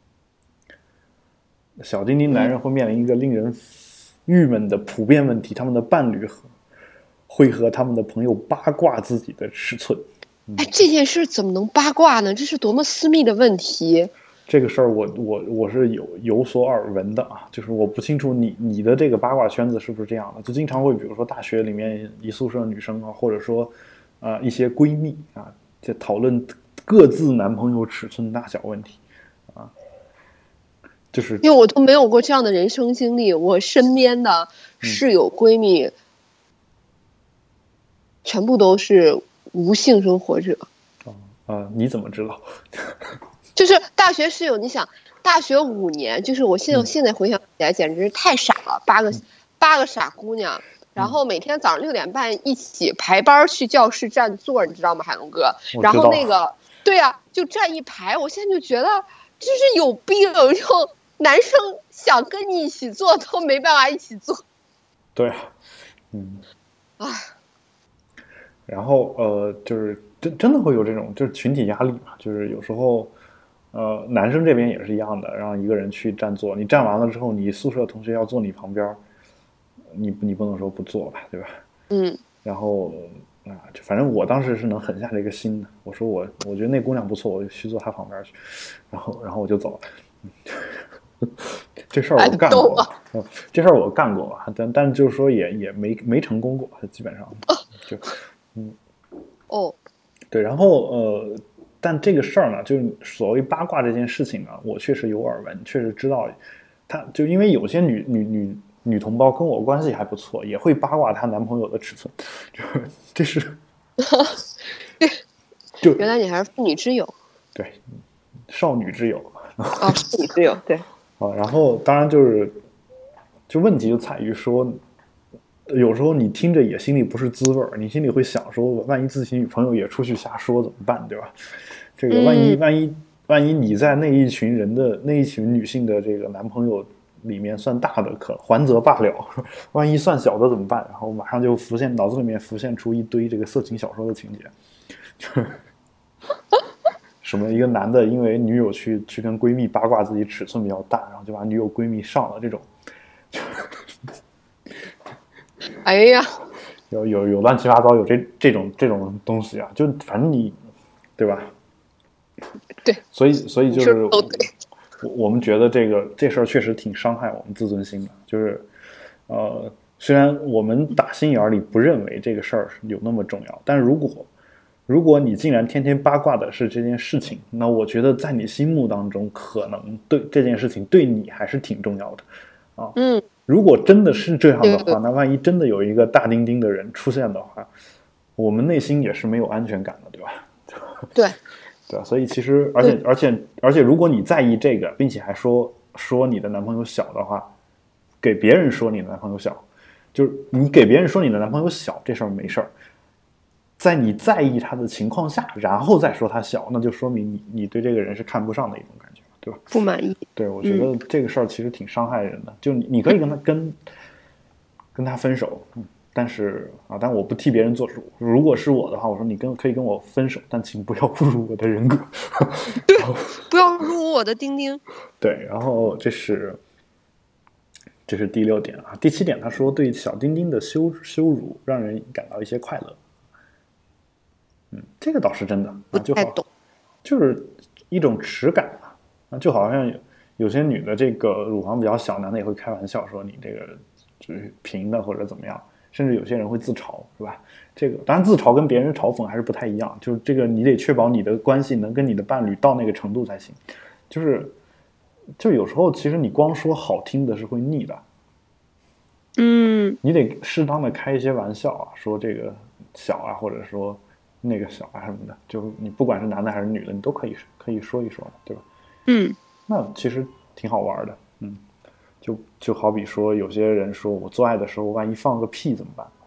小丁丁男人会面临一个令人郁闷的普遍问题，他们的伴侣和会和他们的朋友八卦自己的尺寸。 嗯、哎，这件事怎么能八卦呢？这是多么私密的问题。 这个事儿我我我是有有所耳闻的啊，就是我不清楚你你的这个八卦圈子是不是这样的，就经常会比如说大学里面一宿舍女生啊，或者说啊、呃、一些闺蜜啊，在讨论各自男朋友尺寸大小问题啊，就是因为我都没有过这样的人生经历，我身边的室友闺蜜、嗯、全部都是无性生活者。 啊、呃、你怎么知道？ 就是大学室友，你想，大学五年，就是我现在、嗯、现在回想起来，简直是太傻了，八个、嗯、八个傻姑娘，然后每天早上六点半一起排班去教室占座，你知道吗，海龙哥？然后那个，对呀、啊，就站一排，我现在就觉得这是有病，就男生想跟你一起做都没办法一起做。 对，嗯，唉，然后呃，就是真真的会有这种就是群体压力嘛，就是有时候。呃，男生这边也是一样的，让一个人去占座，你占完了之后，你宿舍同学要坐你旁边，你你不能说不坐吧，对吧？ 嗯。然后啊，就反正我当时是能狠下这个心的，我说我我觉得那姑娘不错，我就去坐她旁边去，然后然后我就走了。这事儿我干过，嗯、这事儿我干过，但但就是说也也没没成功过，基本上就嗯哦， 对，然后呃。但这个事儿呢，就是所谓八卦这件事情呢，我确实有耳闻，确实知道，她就因为有些女女女女同胞跟我关系还不错，也会八卦她男朋友的尺寸，就这是， 就原来你还是妇女之友， 对，少女之友啊，妇女之友，对， 啊，然后当然就是，就问题就在于说。有时候你听着也心里不是滋味儿，你心里会想说，万一自己女朋友也出去瞎说怎么办，对吧？这个万一、嗯、万一万一你在那一群人的那一群女性的这个男朋友里面算大的，可还则罢了，万一算小的怎么办？然后马上就浮现脑子里面浮现出一堆这个色情小说的情节，什么一个男的因为女友去去跟闺蜜八卦自己尺寸比较大，然后就把女友闺蜜上了这种。 哎呀， 有有有乱七八糟，有这这种这种东西啊，就反正你，对吧？ 对， 所以所以就是我我们觉得这个这事儿确实挺伤害我们自尊心的。就是呃，虽然我们打心眼里不认为这个事儿有那么重要，但如果如果你竟然天天八卦的是这件事情，那我觉得在你心目当中，可能对这件事情对你还是挺重要的啊。 嗯。 如果真的是这样的话，那万一真的有一个大丁丁的人出现的话，我们内心也是没有安全感的，对吧？ 对， 对，所以其实，而且而且而且，如果你在意这个，并且还说说你的男朋友小的话，给别人说你的男朋友小，就是你给别人说你的男朋友小这事儿没事儿，在你在意他的情况下，然后再说他小，那就说明你你对这个人是看不上的一种感觉。对吧？ 不满意。 对，我觉得这个事儿其实挺伤害人的。嗯、就你，你可以跟他跟跟他分手，嗯，但是啊，但我不替别人做主。如果是我的话，我说你跟可以跟我分手，但请不要侮辱我的人格。 对，不要侮辱我的丁丁。 对，然后这是这是第六点啊。第七点，他说对小丁丁的羞羞辱让人感到一些快乐。嗯，这个倒是真的， 不太懂， 就是一种耻感啊，就好像有有些女的这个乳房比较小，男的也会开玩笑说你这个就是平的或者怎么样，甚至有些人会自嘲，是吧？这个当然自嘲跟别人嘲讽还是不太一样，就是这个你得确保你的关系能跟你的伴侣到那个程度才行，就是就有时候其实你光说好听的是会腻的。 嗯， 你得适当的开一些玩笑啊，说这个小啊，或者说那个小啊什么的，就你不管是男的还是女的，你都可以可以说一说嘛，对吧？ 嗯， 那其实挺好玩的，嗯，就就好比说有些人说我做爱的时候万一放个屁怎么办？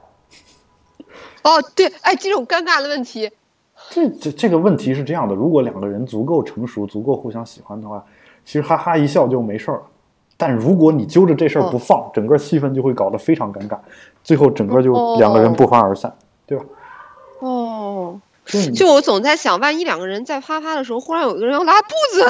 哦，对，哎，这种尴尬的问题， 这这这个问题是这样的，如果两个人足够成熟，足够互相喜欢的话，其实哈哈一笑就没事了。但如果你揪着这事儿不放，哦、整个气氛就会搞得非常尴尬，最后整个就两个人不欢而散，哦、对吧？ 哦，就我总在想，万一两个人在啪啪的时候，忽然有一个人要拉肚子，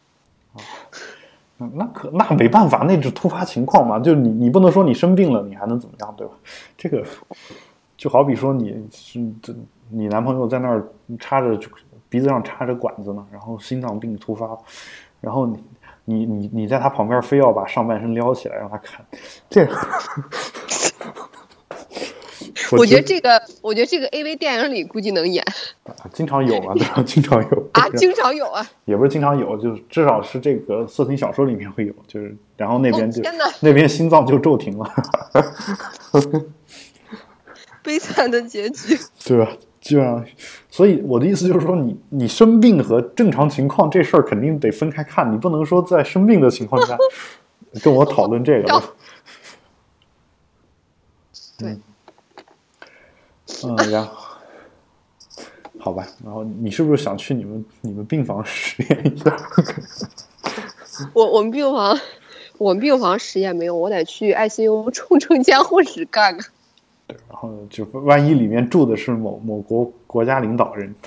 哦、那可那没办法，那是突发情况嘛，就你你不能说你生病了，你还能怎么样，对吧？这个就好比说你是你男朋友在那儿插着鼻子上插着管子呢，然后心脏病突发，然后你。你你你在他旁边非要把上半身撩起来让他看，这个我觉得这个，我觉得这个 A V 电影里估计能演， 啊、经常有啊，对吧？经常有啊，经常有啊， 也不是经常有，就是至少是这个色情小说里面会有，就是然后那边就、 哦、天哪那边心脏就骤停了， 悲惨的结局， 对吧？基本上，所以我的意思就是说你，你你生病和正常情况这事儿肯定得分开看，你不能说在生病的情况下跟我讨论这个。 对， 嗯，嗯，然后好吧，然后你是不是想去你们你们病房实验一下？ 我我们病房，我们病房实验没有，我得去 I C U 冲冲监护室干干。 对，然后就万一里面住的是某某国国家领导人，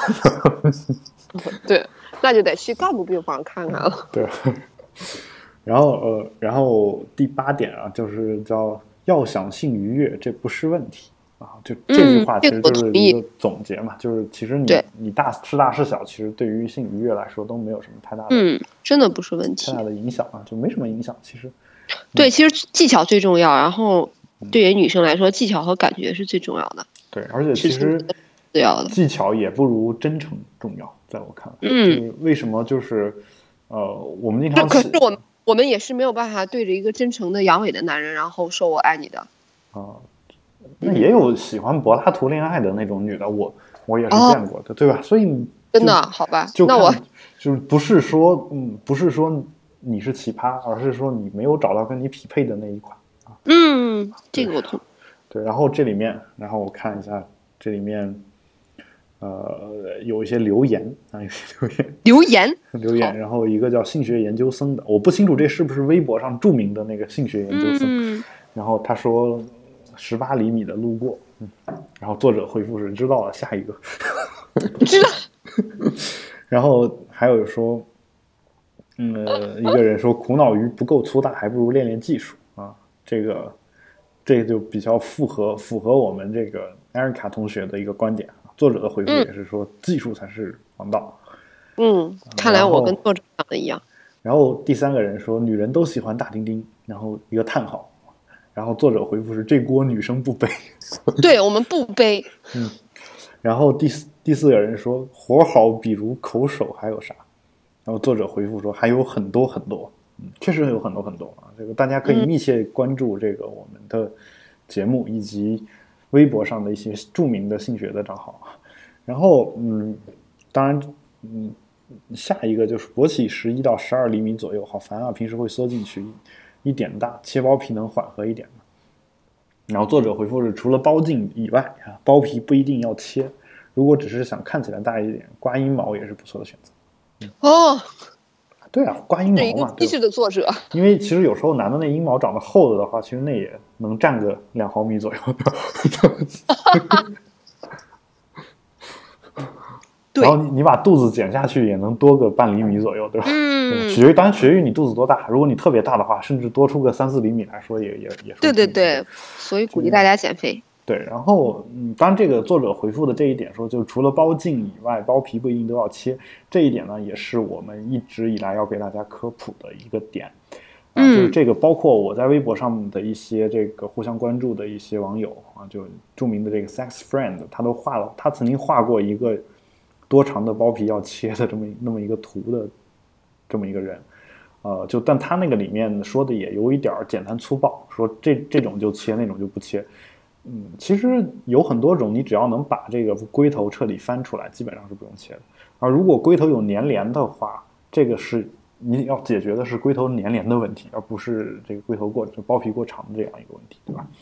对，那就得去干部病房看看了。 对，然后呃，然后第八点啊，就是叫要想性愉悦，这不是问题啊。就这句话其实就是一个总结嘛，嗯、就是其实你你大是大是小，其实对于性愉悦来说都没有什么太大的， 嗯，真的不是问题， 太大的影响啊，就没什么影响。其实， 对，嗯、其实技巧最重要，然后。对于女生来说，技巧和感觉是最重要的。 对，而且其实技巧也不如真诚重要，在我看来。 嗯， 就是为什么就是呃，我们经常可是我们我们也是没有办法对着一个真诚的阳痿的男人，然后说我爱你的。 啊、呃，那也有喜欢柏拉图恋爱的那种女的，我我也是见过的，哦、对吧？所以真的好吧？ 就那我就是不是说嗯，不是说你是奇葩，而是说你没有找到跟你匹配的那一款。 嗯，这个我同对，然后这里面，然后我看一下这里面，呃，有一些留言啊，有些留言， 留言， 留言，然后一个叫性学研究生的，我不清楚这是不是微博上著名的那个性学研究生， 嗯、 然后他说十八厘米的路过，嗯，然后作者回复是知道了，下一个， 知道， 然后还有说，嗯、呃，一个人说苦恼于不够粗大，还不如练练技术。这个，这个就比较符合符合我们这个艾瑞卡同学的一个观点。作者的回复也是说，嗯、技术才是王道。 嗯，看来我跟作者讲的一样。 然后第三个人说，女人都喜欢大丁丁，然后一个叹号。然后作者回复是，这锅女生不背。 对我们不背。 嗯。然后第四第四个人说，活好，比如口手还有啥？然后作者回复说，还有很多很多。嗯，确实有很多很多啊，这个大家可以密切关注这个我们的节目以及微博上的一些著名的性学的账号。然后，嗯，当然，嗯，下一个就是勃起十一到十二厘米左右，好烦啊，平时会缩进去，一点大，切包皮能缓和一点吗？然后作者回复是，除了包茎以外啊，包皮不一定要切，如果只是想看起来大一点，刮阴毛也是不错的选择。 嗯、哦。 对啊，刮阴毛嘛， 一个机智的作者。 因为其实有时候男的那阴毛长得厚了的话，其实那也能占个两毫米左右的。 对， 然后你你把肚子减下去也能多个半厘米左右，对吧？ 嗯， 取决于当然取决于你肚子多大，如果你特别大的话，甚至多出个三四厘米来说也也也对对对，所以鼓励大家减肥。 对，然后嗯，当然这个作者回复的这一点说，就除了包茎以外，包皮不一定都要切，这一点呢也是我们一直以来要给大家科普的一个点。啊，就是这个，包括我在微博上面的一些这个互相关注的一些网友啊，就著名的这个 Sex Friend， 他都画了，他曾经画过一个多长的包皮要切的这么那么一个图的这么一个人，呃，就但他那个里面说的也有一点简单粗暴，说这这种就切，那种就不切。嗯，其实有很多种，你只要能把这个龟头彻底翻出来，基本上是不用切的。而如果龟头有粘连的话，这个是你要解决的是龟头粘连的问题，而不是这个龟头过包皮过长的这样一个问题，对吧？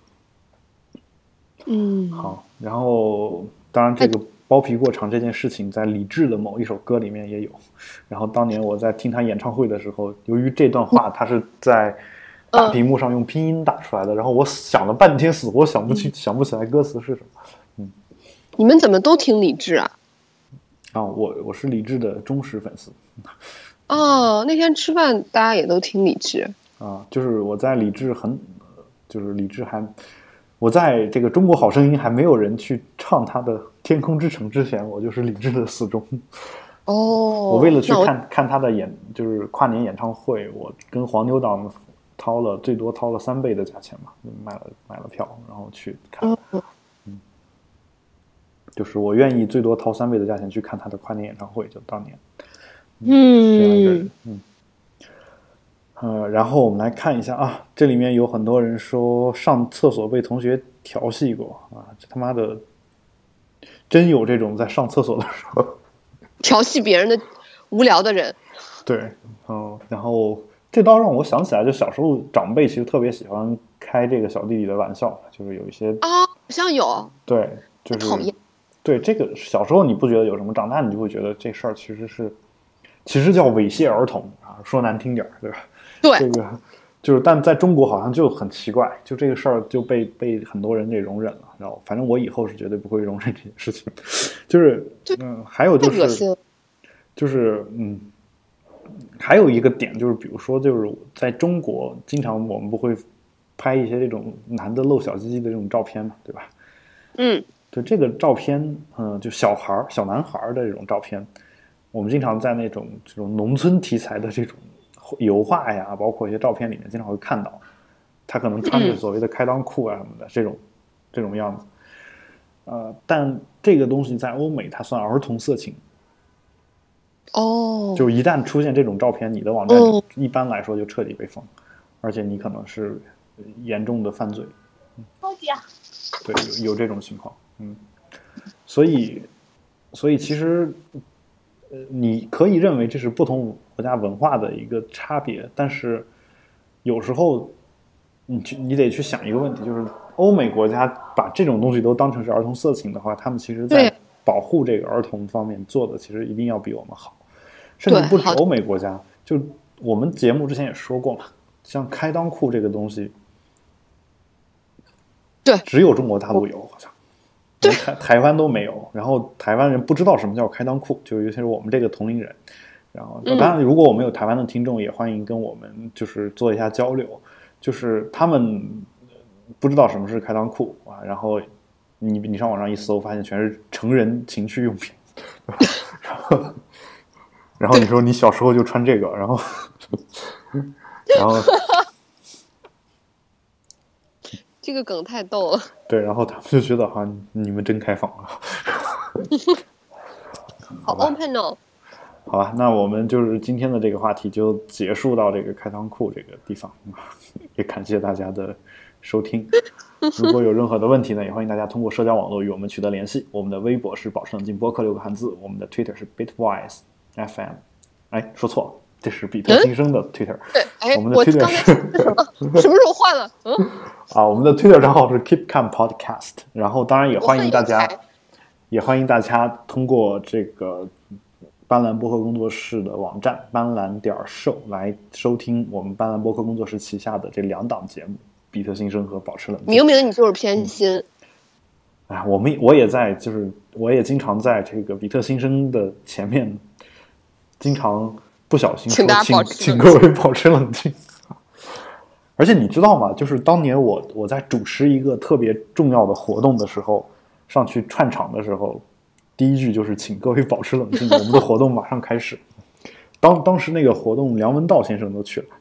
嗯， 好，然后当然这个包皮过长这件事情，在李志的某一首歌里面也有。然后当年我在听他演唱会的时候，由于这段话他是在大屏幕上用拼音打出来的，然后我想了半天，死活想不起、嗯、想不起来歌词是什么。嗯， 你们怎么都听李志啊？ 啊，我我是李志的忠实粉丝。 哦，那天吃饭大家也都听李志啊，就是我在李志很，就是李志还，我在这个中国好声音还没有人去唱他的《天空之城》之前，我就是李志的死忠。 哦， 我为了去看看他的演，就是跨年演唱会，我跟黄牛党掏了最多掏了三倍的价钱嘛，买了买了票，然后去看。 嗯嗯，就是我愿意最多掏三倍的价钱去看他的跨年演唱会，就当年。 嗯， 这样一个人，嗯，呃，然后我们来看一下啊，这里面有很多人说上厕所被同学调戏过啊，这他妈的，真有这种在上厕所的时候调戏别人的无聊的人。 对，嗯，然后这倒让我想起来，就小时候长辈其实特别喜欢开这个小弟弟的玩笑，就是有一些啊，好像有， 对，就是讨厌， 对这个小时候你不觉得有什么，长大你就会觉得这事儿其实是。其实叫猥亵儿童啊，说难听点，对吧？ 对， 这个就是，但在中国好像就很奇怪，就这个事儿就被被很多人给容忍了。然后，反正我以后是绝对不会容忍这件事情。就是，嗯，还有就是，就是嗯，还有一个点就是，比如说，就是在中国，经常我们不会拍一些这种男的露小鸡鸡的这种照片嘛，对吧？ 嗯， 就这个照片，嗯，就小孩儿、小男孩的这种照片。我们经常在那种这种农村题材的这种油画呀，包括一些照片里面，经常会看到他可能穿着所谓的开裆裤啊什么的、嗯、这种这种样子。呃，但这个东西在欧美它算儿童色情。 哦， 就一旦出现这种照片，你的网站一般来说就彻底被封，哦、而且你可能是严重的犯罪。 高级啊！ 对，有有这种情况，嗯，所以所以其实。呃，你可以认为这是不同国家文化的一个差别，但是有时候你去你得去想一个问题，就是欧美国家把这种东西都当成是儿童色情的话，他们其实在保护这个儿童方面做的其实一定要比我们好，甚至不止欧美国家，就我们节目之前也说过嘛，像开裆裤这个东西， 对， 只有中国大陆有，好像。台台湾都没有，然后台湾人不知道什么叫开裆裤，就尤其是我们这个同龄人。然后，当然，如果我们有台湾的听众，也欢迎跟我们就是做一下交流。就是他们不知道什么是开裆裤啊，然后你你上网上一搜，发现全是成人情趣用品。然后，然后你说你小时候就穿这个，然后，然后。 这个梗太逗了。 对，然后他们就觉得哈，你们真开放啊。 好 open 哦。 好吧，那我们就是今天的这个话题就结束到这个开裆裤这个地方，也感谢大家的收听。如果有任何的问题呢，也欢迎大家通过社交网络与我们取得联系。我们的微博是保持冷静播客六个汉字，我们的 Twitter 是 Bitwise F M。哎，说错了。这是比特新生的 Twitter，、嗯、 对，哎， 我们的 Twitter 是什么时候换了？嗯， 啊，我们的 Twitter 账号是 Keep Calm Podcast， 然后当然也欢迎大家，也欢迎大家通过这个斑斓播客工作室的网站斑斓点 show 来收听我们斑斓播客工作室旗下的这两档节目，比特新生和保持冷静。 明明你就是偏心。 哎，我们我也在，就是我也经常在这个比特新生的前面，经常不小心说， 请大家保持请请各位保持冷静。而且你知道吗？就是当年我我在主持一个特别重要的活动的时候，上去串场的时候，第一句就是请各位保持冷静，我们的活动马上开始。当当时那个活动，梁文道先生都去了。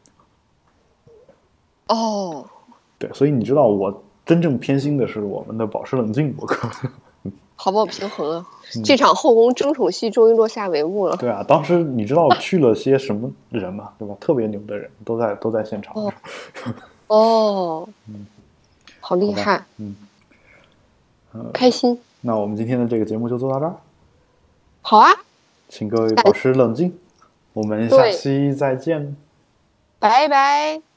哦， 对，所以你知道我真正偏心的是我们的保持冷静博客。 好不好平衡啊？嗯、这场后宫争宠戏终于落下帷幕了。 对啊，当时你知道去了些什么人吗？对吧？特别牛的人都在都在现场。 哦，哦嗯， 好厉害， 嗯、呃， 开心。 那我们今天的这个节目就做到这儿。 好啊， 请各位保持冷静，我们下期再见， 拜拜。